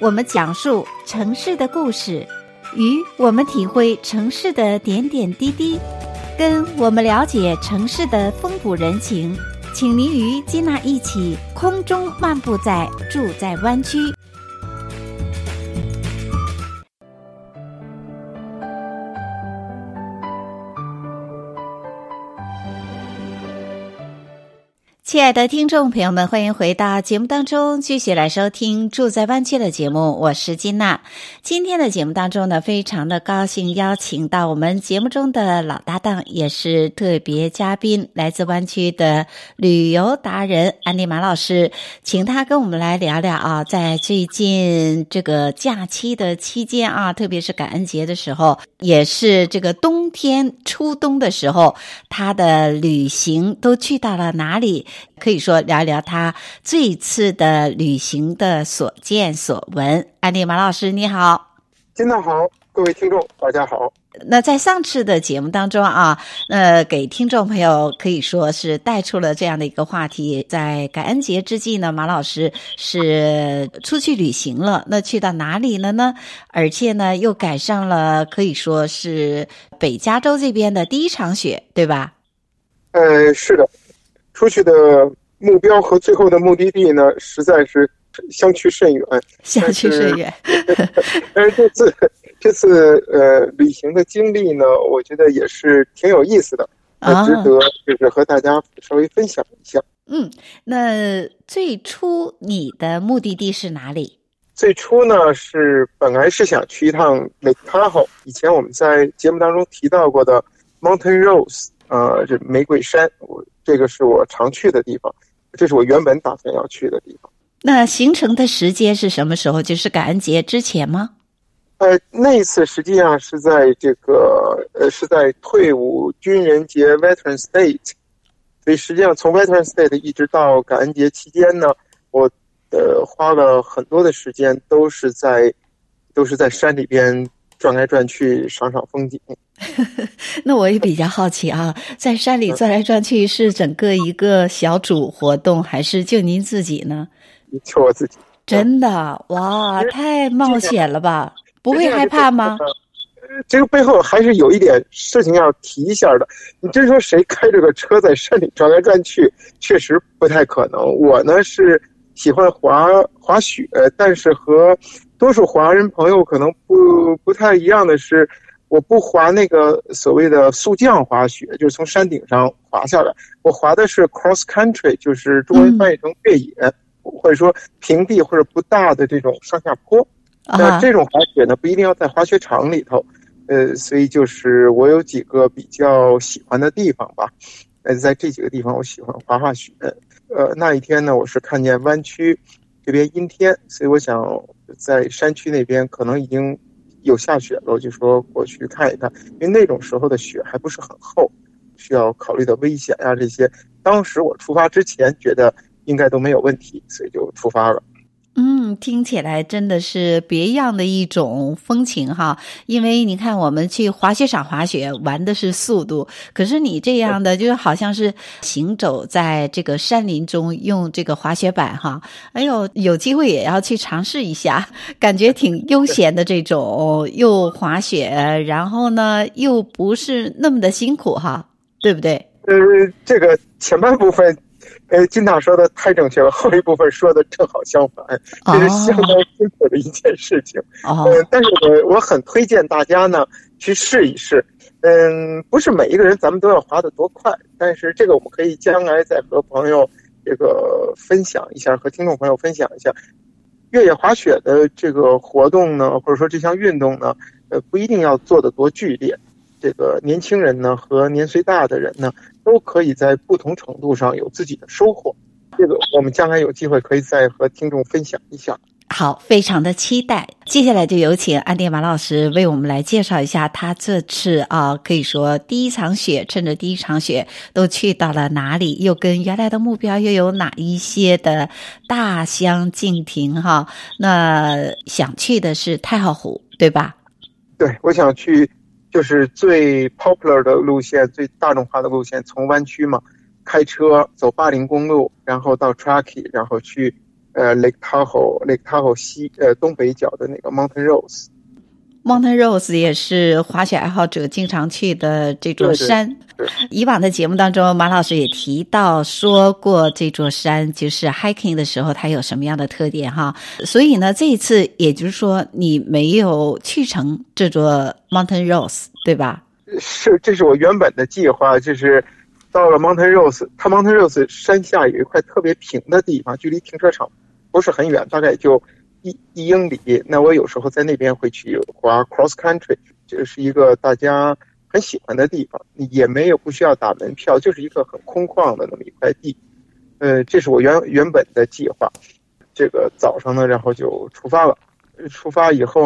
我们讲述城市的故事，与我们体会城市的点点滴滴，跟我们了解城市的风土人情。请您与金娜一起空中漫步在住在湾区。亲爱的听众朋友们，欢迎回到节目当中，继续来收听住在湾区的节目，我是金娜。今天的节目当中呢，非常的高兴邀请到我们节目中的老搭档，也是特别嘉宾，来自湾区的旅游达人安迪马老师，请他跟我们来聊聊啊，在最近这个假期的期间啊，特别是感恩节的时候，也是这个冬天初冬的时候，他的旅行都去到了哪里？可以说聊聊他这次的旅行的所见所闻。安迪马老师你好。 金娜好，各位听众大家好。 那在上次的节目当中啊，给听众朋友可以说是带出了这样的一个话题，在感恩节之际呢，马老师是出去旅行了，那去到哪里了呢？而且呢又赶上了可以说是北加州这边的第一场雪，对吧？ 是的，出去的目标和最后的目的地呢，实在是相去甚远。 相去甚远。 但是这次旅行的经历呢，我觉得也是挺有意思的，值得就是和大家稍微分享一下。 那最初你的目的地是哪里？ 最初呢是本来是想去一趟 Lake Tahoe， 以前我们在节目当中提到过的 Mountain Rose， 这玫瑰山，这个是我常去的地方，这是我原本打算要去的地方。 那行程的时间是什么时候？就是感恩节之前吗？ 那一次实际上是在是在退伍军人节 Veteran State， 所以实际上从 Veteran State 一直到感恩节期间呢，我花了很多的时间都是在山里边转来转去，赏赏风景。 那我也比较好奇啊，在山里转来转去是整个一个小组活动，还是就您自己呢？ 就我自己。 真的哇，太冒险了吧？不会害怕吗？ 这个背后还是有一点事情要提一下的。你真说谁开着个车在山里转来转去，确实不太可能。我呢是喜欢滑雪，但是和多数华人朋友可能不太一样的是，我不滑那个所谓的速降滑雪，就是从山顶上滑下来。我滑的是 cross country， 就是中文翻译成越野，或者说平地或者不大的这种上下坡。那这种滑雪呢，不一定要在滑雪场里头，所以就是我有几个比较喜欢的地方吧。在这几个地方我喜欢滑雪。那一天呢，我是看见湾区这边阴天，所以我想在山区那边可能已经有下雪了，我就说过去看一看，因为那种时候的雪还不是很厚，需要考虑到危险啊这些。当时我出发之前觉得应该都没有问题，所以就出发了。 听起来真的是别样的一种风情哈，因为你看我们去滑雪场滑雪玩的是速度，可是你这样的就好像是行走在这个山林中，用这个滑雪板哈，哎呦，有机会也要去尝试一下，感觉挺悠闲的这种，又滑雪，然后呢又不是那么的辛苦哈，对不对？ 这个前半部分金大说的太正确了，后一部分说的正好相反，这是相当辛苦的一件事情。但是我很推荐大家呢去试一试。不是每一个人咱们都要滑得多快，但是这个我们可以将来再和朋友这个分享一下，和听众朋友分享一下。越野滑雪的这个活动呢，或者说这项运动呢，不一定要做得多剧烈。这个年轻人呢和年岁大的人呢，都可以在不同程度上有自己的收获。这个我们将来有机会可以再和听众分享一下。 好，非常的期待。接下来就有请安迪马老师为我们来介绍一下他这次可以说第一场雪，趁着第一场雪都去到了哪里，又跟原来的目标又有哪一些的大相径庭哈。那想去的是太浩湖，对吧？ 对，我想去就是最 popular 的路线，最大众化的路线，从湾区嘛，开车走80公路，然后到 Truckee， 然后去 Lake Tahoe 东北角的那个 Mountain Rose。Mountain Rose 也是滑雪爱好者经常去的这座山。 对， 以往的节目当中，马老师也提到说过这座山就是 hiking 的时候它有什么样的特点哈。所以呢，这一次也就是说你没有去成这座 Mountain Rose 对吧？ 是，这是我原本的计划，就是到了 Mountain Rose， 它 Mountain Rose 山下有一块特别平的地方，距离停车场不是很远，大概就一英里。那我有时候在那边会去滑 cross country， 这是一个大家很喜欢的地方，也不需要打门票，就是一个很空旷的那么一块地。这是我原本的计划。这个早上呢，然后就出发了。出发以后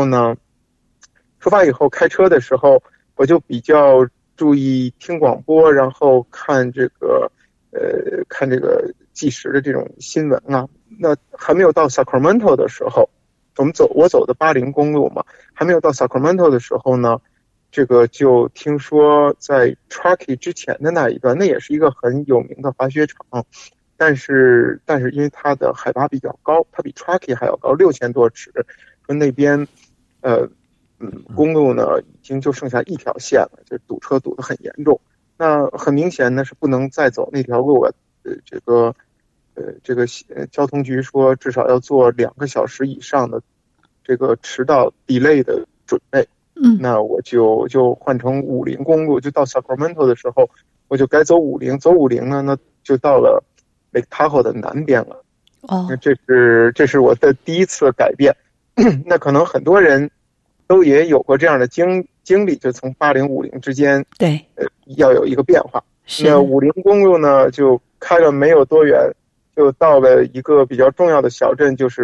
开车的时候，我就比较注意听广播，然后看这个即时的这种新闻啊。那还没有到 Sacramento 的时候，我走的80公路嘛，还没有到 Sacramento 的时候呢，这个就听说在 Truckee 之前的那一段，那也是一个很有名的滑雪场，但是因为它的海拔比较高，它比 Truckee 还要高6000多尺，说那边公路呢已经就剩下一条线了，就堵车堵得很严重。那很明显呢是不能再走那条路了。这个交通局说至少要做2个小时以上的这个迟到 delay 的准备。那我就换成50公路，就到 Sacramento 的时候，我就改走50，走50呢，那就到了 Lake Tahoe 的南边了。这是我的第一次改变。那可能很多人都也有过这样的经历，就从80、50之间， 对， 要有一个变化。那50公路呢，就开了没有多远，就到了一个比较重要的小镇，就是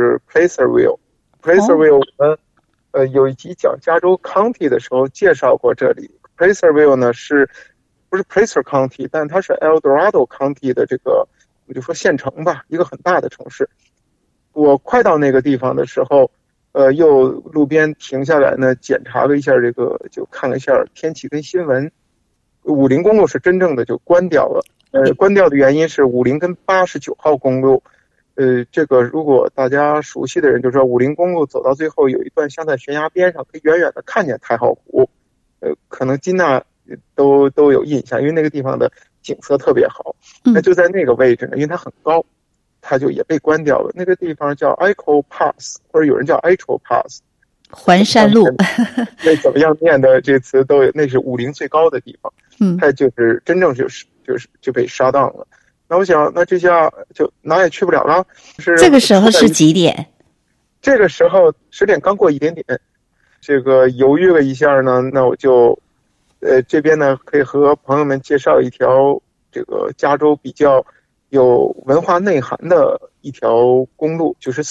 Placerville。Placerville 我们有一集讲加州 County 的时候介绍过这里。Placerville 呢不是 Placer County， 但它是 El Dorado County 的这个，我就说县城吧，一个很大的城市。我快到那个地方的时候，又路边停下来呢，检查了一下就看了一下天气跟新闻。50公路是真正的就关掉了。关掉的原因是50跟89号公路。这个如果大家熟悉的人就知道，50公路走到最后有一段像在悬崖边上，可以远远的看见太浩湖。可能金娜都有印象，因为那个地方的景色特别好。那就在那个位置呢，因为它很高，它就也被关掉了。那个地方叫 Echo Pass， 或者有人叫 Echo Pass， 环山路。 那怎么样念的这词都有，那是50最高的地方。它就是真正就被杀档了。那我想，那这下就哪也去不了了。 这个时候是几点？ 这个时候10点刚过一点点。这个犹豫了一下呢，那我就这边呢可以和朋友们介绍一条这个加州比较有文化内涵的一条公路，就是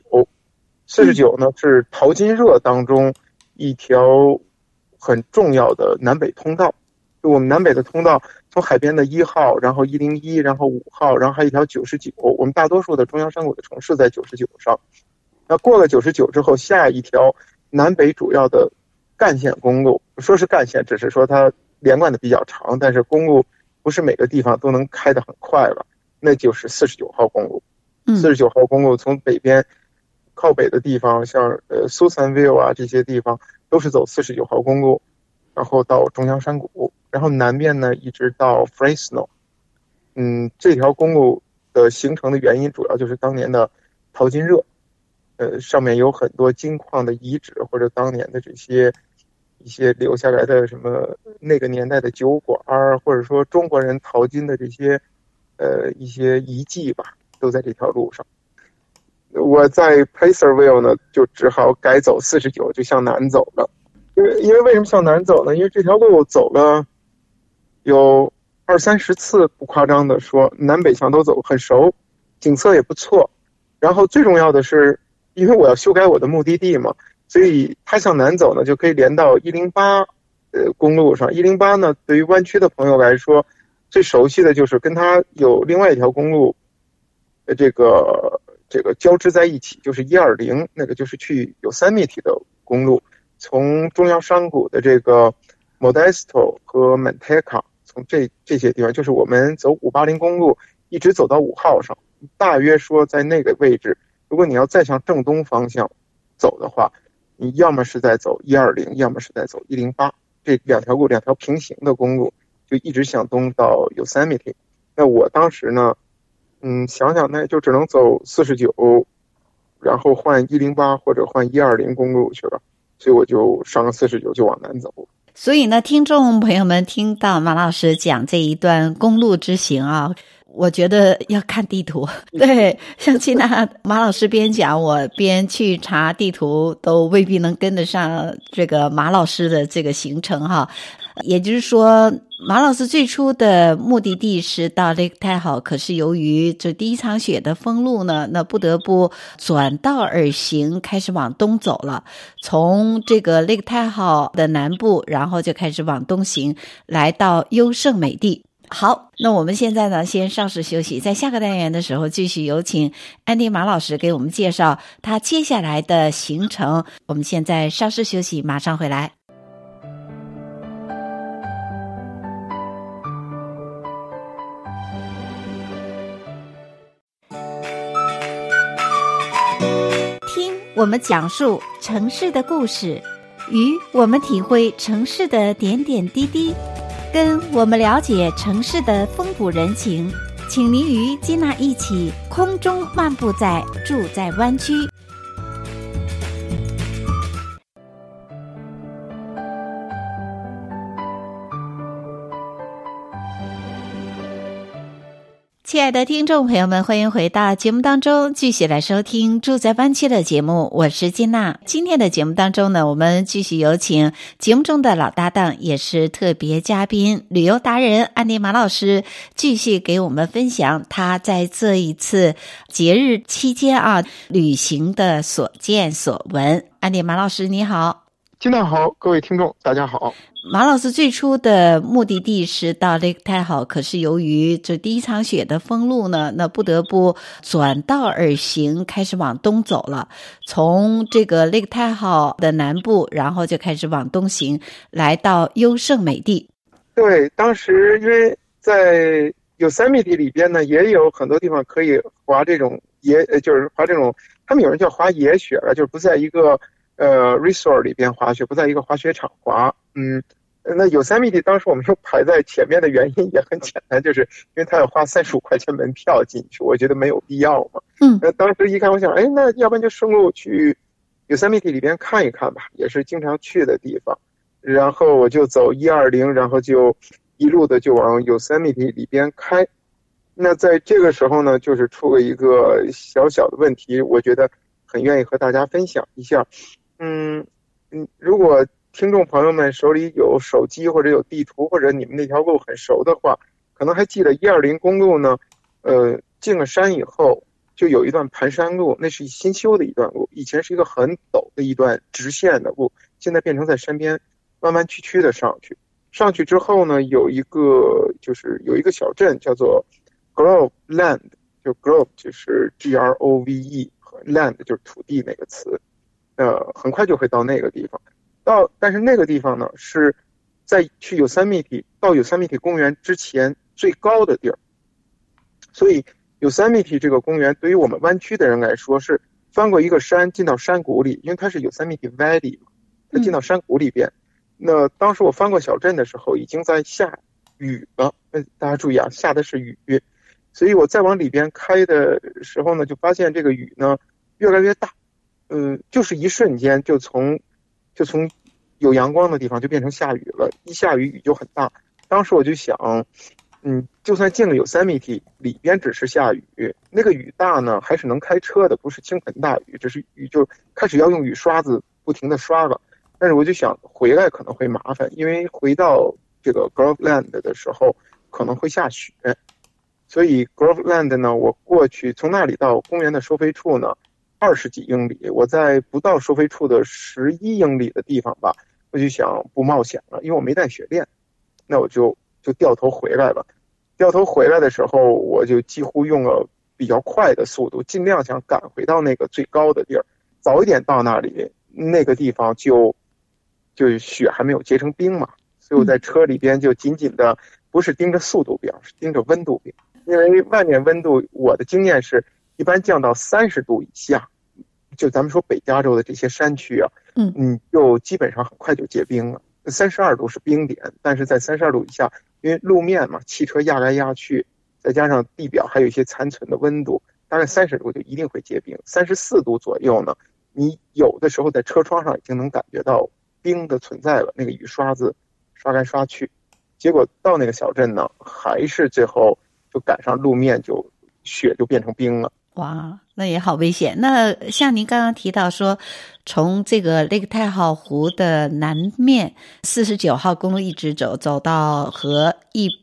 49呢是淘金热当中一条很重要的南北通道。就我们南北的通道，从海边的1号，然后101，然后5号，然后还有一条99。我们大多数的中央山谷的城市在99上。那过了99之后，下一条南北主要的干线公路，说是干线，只是说它连贯的比较长，但是公路不是每个地方都能开得很快了，那就是49号公路。49号公路从北边靠北的地方，像Susanville 啊这些地方，都是走49号公路，然后到中央山谷，然后南边呢一直到 Fresno。这条公路的形成的原因主要就是当年的淘金热。上面有很多金矿的遗址，或者当年的一些留下来的什么那个年代的酒馆，或者说中国人淘金的这些一些遗迹吧，都在这条路上。我在 Placerville 呢就只好改走49，就向南走了。因为为什么向南走呢？因为这条路走了有20-30次，不夸张的说，南北向都走很熟，景色也不错。然后最重要的是，因为我要修改我的目的地嘛，所以它向南走呢，就可以连到108公路上。108呢，对于湾区的朋友来说，最熟悉的就是跟它有另外一条公路，这个交织在一起，就是120，那个就是去Yosemite的公路，从中央山谷的这个 Modesto 和 Manteca， 从这些地方，就是我们走580公路一直走到5号上，大约说在那个位置如果你要再向正东方向走的话，你要么是在走120，要么是在走108，这两条平行的公路就一直向东到 Yosemite。那我当时呢，想想那就只能走49，然后换108或者换120公路去了，所以我就上个49就往南走。 所以呢，听众朋友们听到马老师讲这一段公路之行啊，我觉得要看地图。对，像现在马老师边讲，我边去查地图，都未必能跟得上这个马老师的这个行程哈。也就是说，马老师最初的目的地是到 Lake Tahoe， 可是由于这第一场雪的封路呢，那不得不转道而行，开始往东走了。从这个 Lake Tahoe 的南部，然后就开始往东行，来到优胜美地。好，那我们现在呢，先稍事休息，在下个单元的时候，继续有请安迪马老师给我们介绍他接下来的行程。我们现在稍事休息，马上回来。我们讲述城市的故事，与我们体会城市的点点滴滴，跟我们了解城市的风土人情。请您与吉娜一起空中漫步在住在湾区。亲爱的听众朋友们，欢迎回到节目当中，继续来收听住在湾区的节目，我是金娜。今天的节目当中呢，我们继续有请节目中的老搭档，也是特别嘉宾，旅游达人安迪马老师，继续给我们分享他在这一次节日期间旅行的所见所闻。安迪马老师你好。 金娜好，各位听众大家好。 马老师最初的目的地是到 Lake Tahoe， 可是由于这第一场雪的封路呢，那不得不转道而行，开始往东走了。从这个 Lake Tahoe 的南部，然后就开始往东行，来到优胜美地。 对，当时因为在 Yosemite 里边呢，也有很多地方可以滑这种就是滑这种，他们有人叫滑野雪了，就是不在一个resort 里边滑雪，不在一个滑雪场滑。那Yosemite当时我们又排在前面的原因也很简单，就是因为他要花35块钱门票进去，我觉得没有必要嘛。当时一看，我想，那要不然就顺路去 Yosemite 里边看一看吧，也是经常去的地方。然后我就走120，然后就一路的就往 Yosemite 里边开。那在这个时候呢，就是出了一个小小的问题，我觉得很愿意和大家分享一下。如果听众朋友们手里有手机或者有地图，或者你们那条路很熟的话，可能还记得120公路呢，进了山以后就有一段盘山路，那是新修的一段路，以前是一个很陡的一段直线的路，现在变成在山边弯弯曲曲的上去。上去之后呢，有一个小镇叫做 Grove Land， 就 Grove 就是 Grove 和 Land 就是土地那个词，很快就会到那个地方。但是那个地方呢，是在去到 Yosemite 公园之前最高的地儿，所以 Yosemite 这个公园对于我们湾区的人来说是翻过一个山进到山谷里，因为它是 Yosemite Valley 嘛，它进到山谷里边。那当时我翻过小镇的时候已经在下雨了，大家注意下的是雨，所以我再往里边开的时候呢，就发现这个雨呢越来越大，就是一瞬间就从有阳光的地方就变成下雨了，一下雨雨就很大。当时我就想，就算进了Yosemite里边只是下雨，那个雨大呢还是能开车的，不是倾盆大雨，只是雨就开始要用雨刷子不停的刷了。但是我就想回来可能会麻烦，因为回到这个 Groveland 的时候可能会下雪，所以 Groveland 呢，我过去从那里到公园的收费处呢20几英里，我在不到收费处的11英里的地方吧，我就想不冒险了，因为我没带雪链，那我就掉头回来了。掉头回来的时候，我就几乎用了比较快的速度，尽量想赶回到那个最高的地儿，早一点到那里，那个地方就雪还没有结成冰嘛，所以我在车里边就紧紧的不是盯着速度表，是盯着温度表，因为外面温度我的经验是一般降到30度以下，就咱们说北加州的这些山区啊，就基本上很快就结冰了。32度是冰点，但是在32度以下，因为路面嘛，汽车压来压去，再加上地表还有一些残存的温度，大概30度就一定会结冰。34度左右呢，你有的时候在车窗上已经能感觉到冰的存在了，那个雨刷子刷来刷去。结果到那个小镇呢，还是最后就赶上路面就雪就变成冰了。 哇，那也好危险。那像您刚刚提到说，从这个雷克泰号湖的南面49号公路一直走到和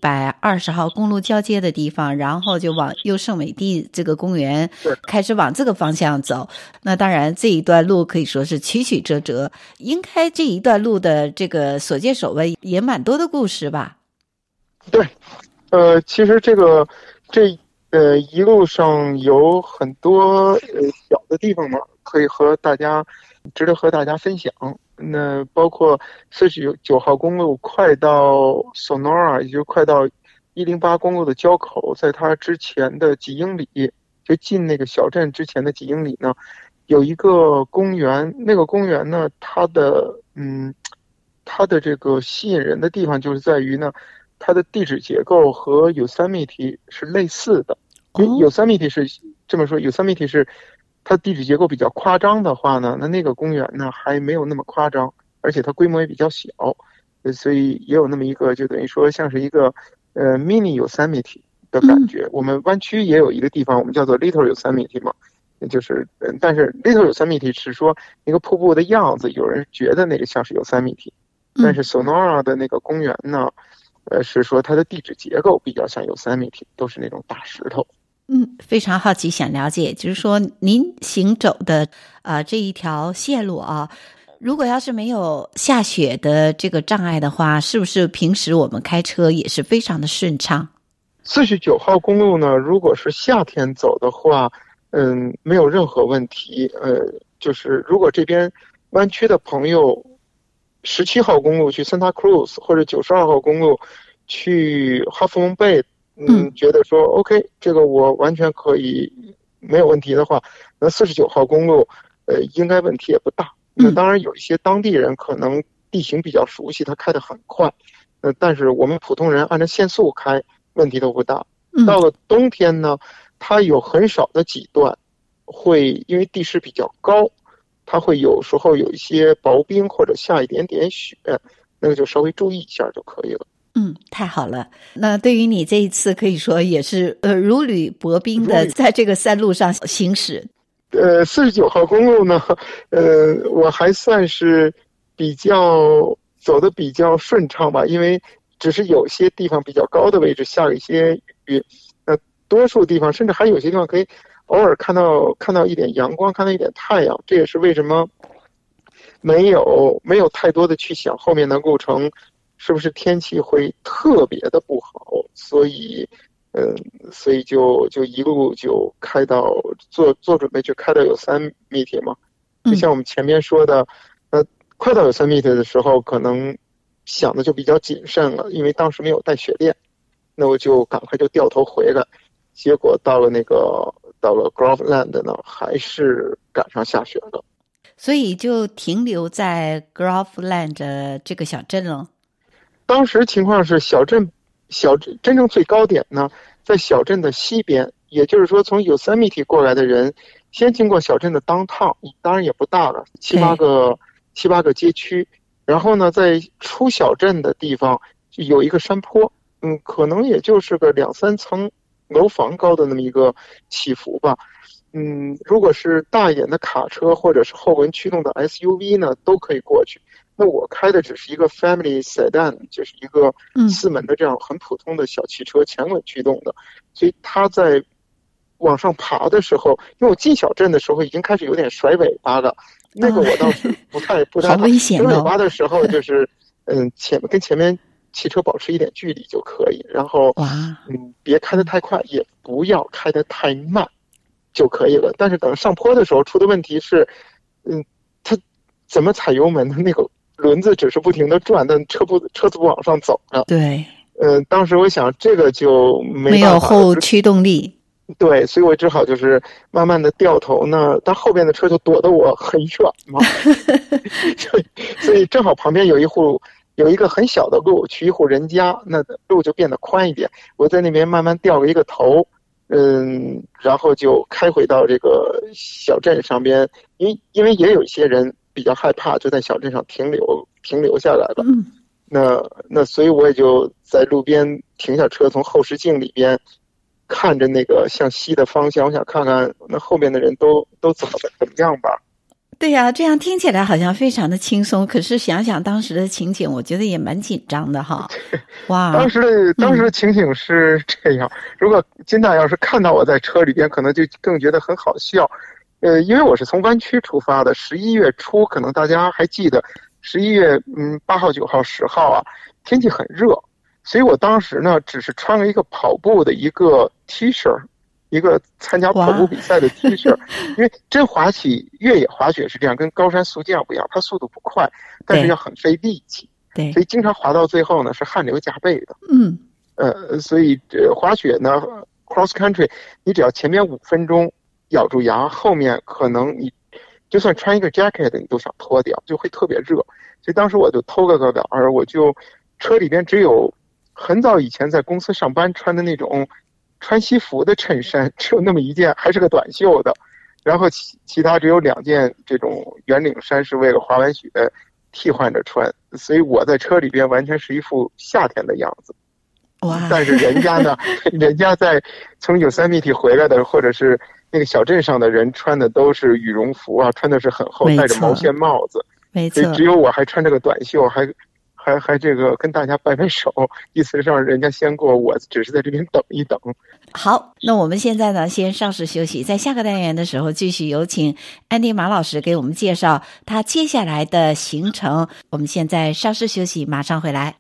120号公路交接的地方，然后就往优胜美地这个公园开始往这个方向走。那当然这一段路可以说是曲曲折折，应该这一段路的这个所见所闻也蛮多的故事吧？ 对，其实一路上有很多小的地方嘛，可以值得和大家分享。那包括49号公路快到 Sonora， 也就快到108公路的交口，在它之前的几英里，就进那个小镇之前的几英里呢，有一个公园。那个公园呢，它的这个吸引人的地方就是在于呢，它的地质结构和 Yosemite 是类似的。Yosemite 是这么说，Yosemite 是它地质结构比较夸张的话呢，那个公园呢还没有那么夸张，而且它规模也比较小，所以也有那么一个就等于说像是一个mini Yosemite 的感觉。我们湾区也有一个地方，我们叫做 Little Yosemite 嘛，就是但是 Little Yosemite 是说那个瀑布的样子，有人觉得那个像是 Yosemite，但是 Sonora 的那个公园呢，是说它的地质结构比较像 Yosemite， 都是那种大石头。 非常好奇，想了解，就是说您行走的这一条线路啊，如果要是没有下雪的这个障碍的话，是不是平时我们开车也是非常的顺畅 ？49号公路呢，如果是夏天走的话，没有任何问题。就是如果这边湾区的朋友17号公路去 Santa Cruz 或者92号公路去 Half Moon Bay，觉得说 OK， 这个我完全可以没有问题的话，那49号公路应该问题也不大。那当然有一些当地人可能地形比较熟悉，他开得很快，但是我们普通人按照限速开问题都不大。到了冬天呢，它有很少的几段会因为地势比较高，它会有时候有一些薄冰或者下一点点雪，那个就稍微注意一下就可以了。 太好了。那对于你这一次可以说也是如履薄冰的在这个山路上行驶。 49号公路呢，我还算是走得比较顺畅吧，因为只是有些地方比较高的位置下了一些雨，多数地方甚至还有些地方可以偶尔看到一点阳光，看到一点太阳。这也是为什么没有太多的去想后面的路程是不是天气会特别的不好，所以就一路就开到做准备去开到Yosemite嘛。就像我们前面说的，快到Yosemite的时候，可能想的就比较谨慎了，因为当时没有带雪链，那我就赶快就掉头回来。结果到了 Groveland 呢，还是赶上下雪了， 所以就停留在 Groveland 这个小镇了。 当时情况是小镇真正最高点呢，在小镇的西边，也就是说从 Yosemite 过来的人，先经过小镇的 downtown， 当然也不大了，7、8个街区，然后呢，在出小镇的地方就有一个山坡，可能也就是个2-3层楼房高的那么一个起伏吧。如果是大一点的卡车或者是后轮驱动的 SUV 呢，都可以过去。那我开的只是一个 family sedan， 就是一个4门的这样很普通的小汽车，前轮驱动的，所以它在往上爬的时候，因为我进小镇的时候已经开始有点甩尾巴了，那个我倒是不太好危险甩尾巴的时候就是跟前面汽车保持一点距离就可以，然后别开得太快，也不要开得太慢就可以了。但是等上坡的时候出的问题是它怎么踩油门的那个轮子只是不停地转，但车子不往上走了。 对， 当时我想这个就没有后驱动力。 对，所以我只好就是慢慢的掉头呢，但后边的车就躲得我很远嘛，所以正好旁边有一个很小的路去一户人家，那路就变得宽一点，我在那边慢慢掉了一个头，然后就开回到这个小镇上边，因为也有一些人比较害怕，就在小镇上停留下来了。那所以我也就在路边停下车，从后视镜里边看着那个向西的方向，我想看看那后面的人都怎么样吧。 对呀，这样听起来好像非常的轻松，可是想想当时的情景，我觉得也蛮紧张的哈。哇， 当时的情景是这样，如果金大要是看到我在车里边，可能就更觉得很好笑。因为我是从湾区出发的，11月初，可能大家还记得11月8号、9号、10号啊，天气很热，所以我当时呢只是穿了一个跑步的一个 T 恤，一个参加跑步比赛的 T 恤，因为真滑起越野滑雪是这样，跟高山速降不一样，它速度不快，但是要很费力气， 对， 所以经常滑到最后呢是汗流浃背的。所以滑雪呢 cross country， 你只要前面5分钟咬住牙，后面可能你就算穿一个 jacket 你都想脱掉，就会特别热。所以当时我就偷个懒儿，我就车里边只有很早以前在公司上班穿的那种穿西服的衬衫，只有那么一件，还是个短袖的，然后其他只有2件这种圆领衫是为了滑完雪替换着穿，所以我在车里边完全是一副夏天的样子。 哇！ 但是人家呢，人家在从Yosemite回来的，或者是那个小镇上的人穿的都是羽绒服啊，穿的是很厚，戴着毛线帽子， 没错， 只有我还穿着个短袖，还这个跟大家摆摆手，意思是让人家先过，我只是在这边等一等。 好，那我们现在呢先稍事休息，在下个单元的时候继续有请安迪马老师给我们介绍他接下来的行程。我们现在稍事休息，马上回来。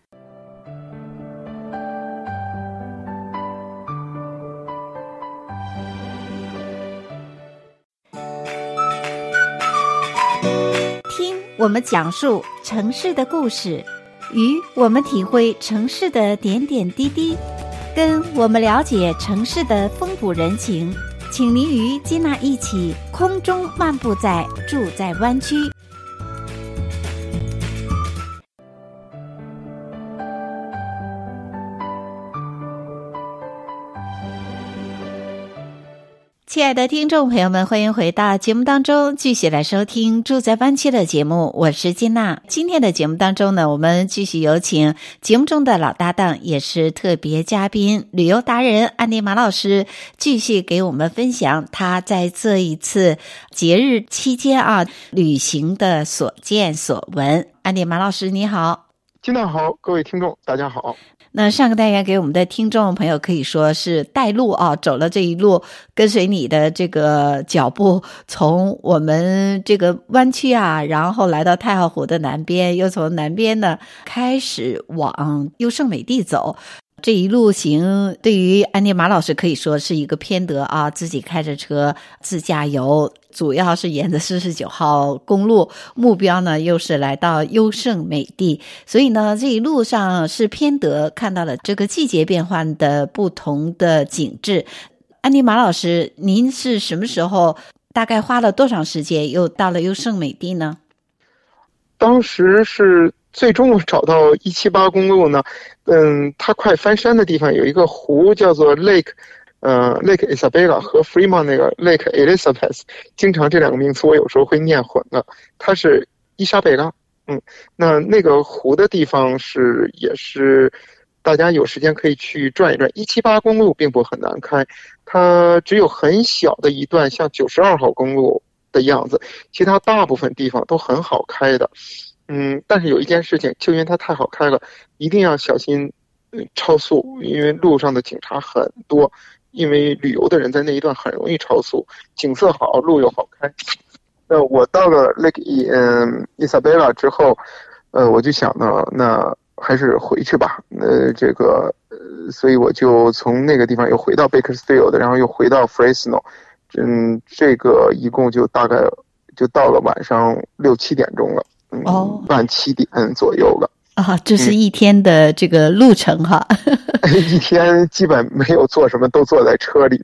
听我们讲述城市的故事，与我们体会城市的点点滴滴，跟我们了解城市的风土人情，请您与金娜一起空中漫步在住在湾区。亲爱的听众朋友们，欢迎回到节目当中，继续来收听住在湾区的节目，我是金娜。今天的节目当中呢，我们继续有请节目中的老搭档，也是特别嘉宾，旅游达人安迪马老师，继续给我们分享他在这一次节日期间旅行的所见所闻。安迪马老师你好。 金娜好，各位听众大家好。 那上个单元给我们的听众朋友可以说是带路走了这一路，跟随你的这个脚步，从我们这个湾区然后来到太浩湖的南边，又从南边呢开始往优胜美地走。这一路行对于安迪马老师可以说是一个偏得自己开着车自驾游，主要是沿着49号公路，目标呢又是来到优胜美地，所以呢这一路上是偏得看到了这个季节变换的不同的景致。安迪马老师，您是什么时候大概花了多长时间又到了优胜美地呢？ 当时是最终找到178公路呢，它快翻山的地方有一个湖叫做 Lake Isabella 和 Fremont 那个 Lake Elizabeth， 经常这2个名词我有时候会念混了，它是伊莎贝拉。那个湖的地方也是大家有时间可以去转一转。178公路并不很难开，它只有很小的一段像92号公路的样子，其他大部分地方都很好开的。但是有一件事情，就因为它太好开了，一定要小心超速，因为路上的警察很多，因为旅游的人在那一段很容易超速，景色好，路又好开。我到了 Lake Isabella 之后，我就想呢，那还是回去吧。所以我就从那个地方又回到 Bakersfield， 然后又回到 Fresno。这个一共就大概就到了晚上6、7点钟了。晚7点左右了。 这是一天的这个路程哈。 一天基本没有做什么，都坐在车里面，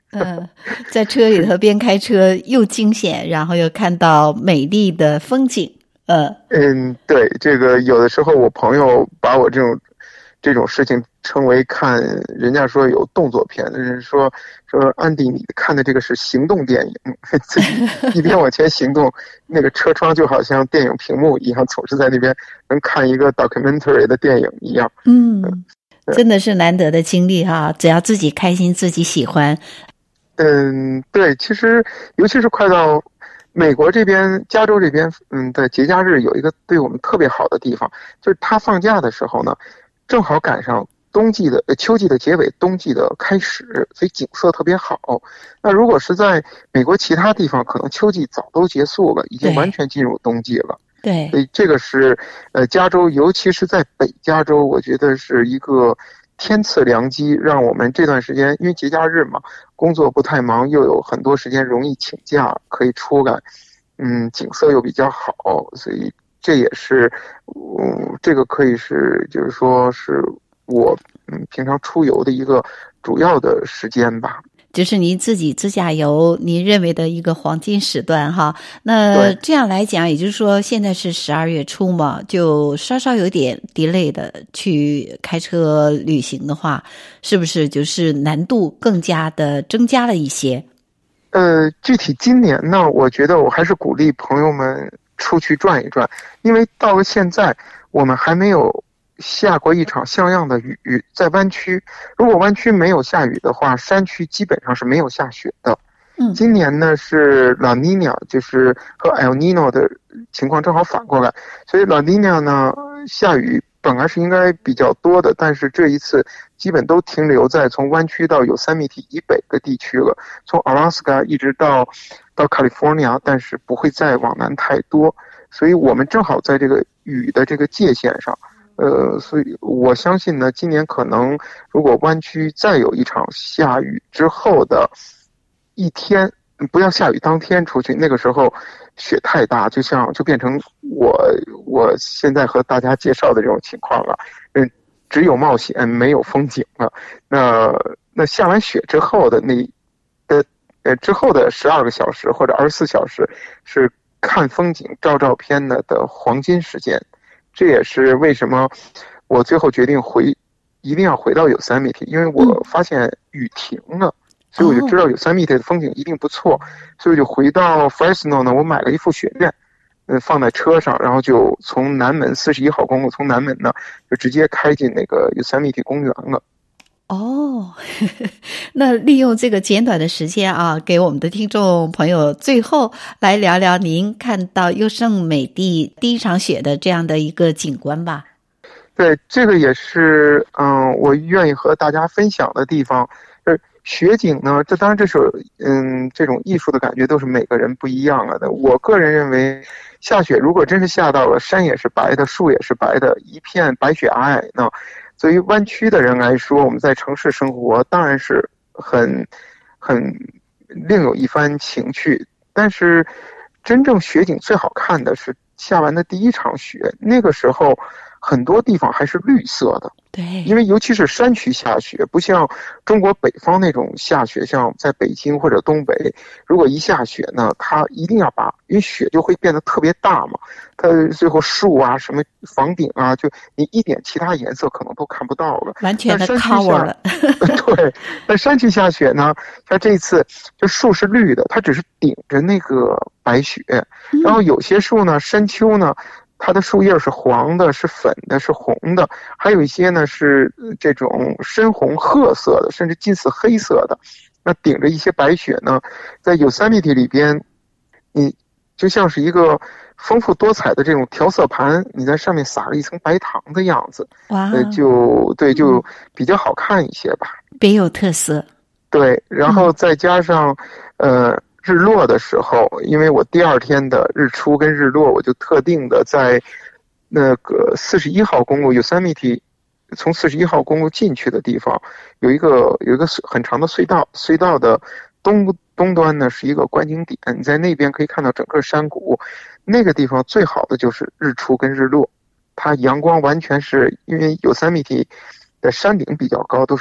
在车里头边开车又惊险，然后又看到美丽的风景。 对，这个有的时候我朋友把我这种事情称为看，人家说有动作片，人说安迪你看的这个是行动电影，自己一边往前行动，那个车窗就好像电影屏幕一样，总是在那边能看一个 documentary 的电影一样。 真的是难得的经历哈，只要自己开心自己喜欢。 对，其实尤其是快到美国这边，加州这边，的节假日有一个对我们特别好的地方，就是他放假的时候呢，正好赶上秋季的结尾，冬季的开始，所以景色特别好。那如果是在美国其他地方，可能秋季早都结束了，已经完全进入冬季了。 对， 所以这个是加州，尤其是在北加州，我觉得是一个天赐良机，让我们这段时间，因为节假日嘛，工作不太忙，又有很多时间容易请假，可以出来，景色又比较好，所以这也是，这个可以是，就是说是我平常出游的一个主要的时间吧。 就是您自己自驾游您认为的一个黄金时段哈。那这样来讲，也就是说现在是12月初嘛，就稍稍有点 delay 的去开车旅行的话，是不是就是难度更加的增加了一些？ 具体今年呢，我觉得我还是鼓励朋友们出去转一转，因为到了现在我们还没有下过一场像样的雨。在湾区，如果湾区没有下雨的话，山区基本上是没有下雪的。今年呢是 La Nina， 就是和 El Nino 的情况正好反过来，所以 La Nina 呢下雨本来是应该比较多的，但是这一次基本都停留在从湾区到Yosemite以北的地区了，从 Alaska 一直到 California， 但是不会再往南太多，所以我们正好在这个雨的这个界限上。所以我相信呢，今年可能如果湾区再有一场下雨之后的一天，不要下雨当天出去，那个时候雪太大，就变成我现在和大家介绍的这种情况了。只有冒险没有风景了。那下完雪之后的之后的12个小时或者24小时是看风景照片的黄金时间。这也是为什么我最后决定一定要回到Yosemite，因为我发现雨停了，所以我就知道Yosemite的风景一定不错，所以我就回到 Fresno 呢，我买了一副雪链，放在车上，然后就从南门41号公路从南门呢就直接开进那个Yosemite公园了。 那利用这个简短的时间啊，给我们的听众朋友最后来聊聊您看到优胜美地第一场雪的这样的一个景观吧。 对，这个也是我愿意和大家分享的地方。雪景呢，当然这是这种艺术的感觉都是每个人不一样的。我个人认为，下雪如果真是下到了，山也是白的，树也是白的，一片白雪皑皑，那对于湾区的人来说，我们在城市生活当然是很另有一番情趣。但是真正雪景最好看的是下完的第一场雪，那个时候很多地方还是绿色的。 对， 因为尤其是山区下雪，不像中国北方那种下雪，像在北京或者东北，如果一下雪呢，它一定要因为雪就会变得特别大嘛，它最后树啊什么房顶啊，就你一点其他颜色可能都看不到了， 完全的 cover 了。 对，那山区下雪呢，像这次就树是绿的，它只是顶着那个白雪，然后有些树呢，山丘呢，它的树叶是黄的，是粉的，是红的，还有一些呢是这种深红褐色的，甚至近似黑色的。那顶着一些白雪呢，在Yosemite里边，你就像是一个丰富多彩的这种调色盘，你在上面撒了一层白糖的样子，就比较好看一些吧， 别有特色。 对，然后再加上日落的时候，因为我第二天的日出跟日落，我就特定的在那个41号公路 Yosemite， 从41号公路进去的地方有一个很长的隧道，隧道的东端呢是一个观景点，你在那边可以看到整个山谷，那个地方最好的就是日出跟日落，它阳光完全是因为Yosemite的山顶比较高，都是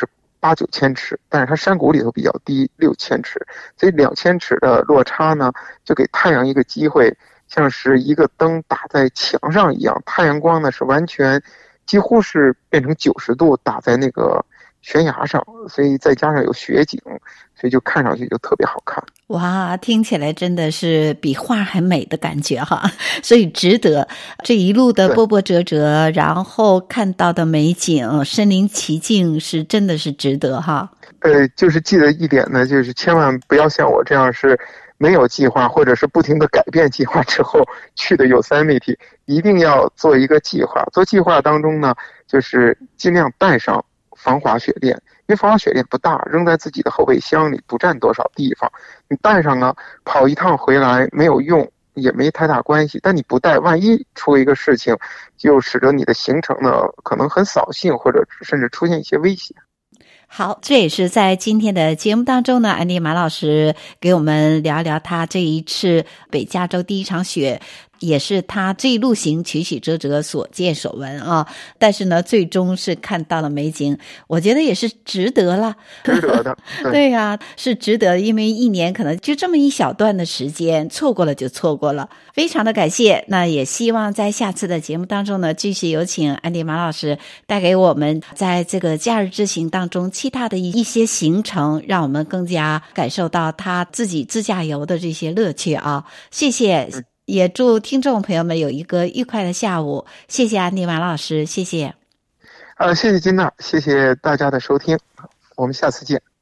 8-9千尺，但是它山谷里头比较低，6千尺，所以2000尺的落差呢，就给太阳一个机会，像是一个灯打在墙上一样，太阳光呢是完全几乎是变成90度打在那个悬崖上，所以再加上有雪景，所以就看上去就特别好看。 哇，听起来真的是比画还美的感觉哈，所以值得这一路的波波折折，然后看到的美景，身临其境，是真的是值得哈。 就是记得一点呢，就是千万不要像我这样是没有计划，或者是不停的改变计划之后去的Yosemite，一定要做一个计划。做计划当中呢，就是尽量带上防滑雪链，因为防滑雪链不大，扔在自己的后备箱里不占多少地方。你带上啊，跑一趟回来没有用，也没太大关系。但你不带，万一出一个事情，就使得你的行程呢可能很扫兴，或者甚至出现一些危险。 好，这也是在今天的节目当中呢，安迪马老师给我们聊聊他这一次北加州第一场雪，也是他这一路行曲曲折折所见所闻啊。但是呢，最终是看到了美景，我觉得也是值得了， 值得的。 对呀，是值得，因为一年可能就这么一小段的时间，错过了就错过了。非常的感谢，那也希望在下次的节目当中呢，继续有请安迪马老师带给我们在这个假日之行当中其他的一些行程，让我们更加感受到他自己自驾游的这些乐趣啊！谢谢，也祝听众朋友们有一个愉快的下午。谢谢安迪马老师，谢谢。 谢谢金娜，谢谢大家的收听，我们下次见。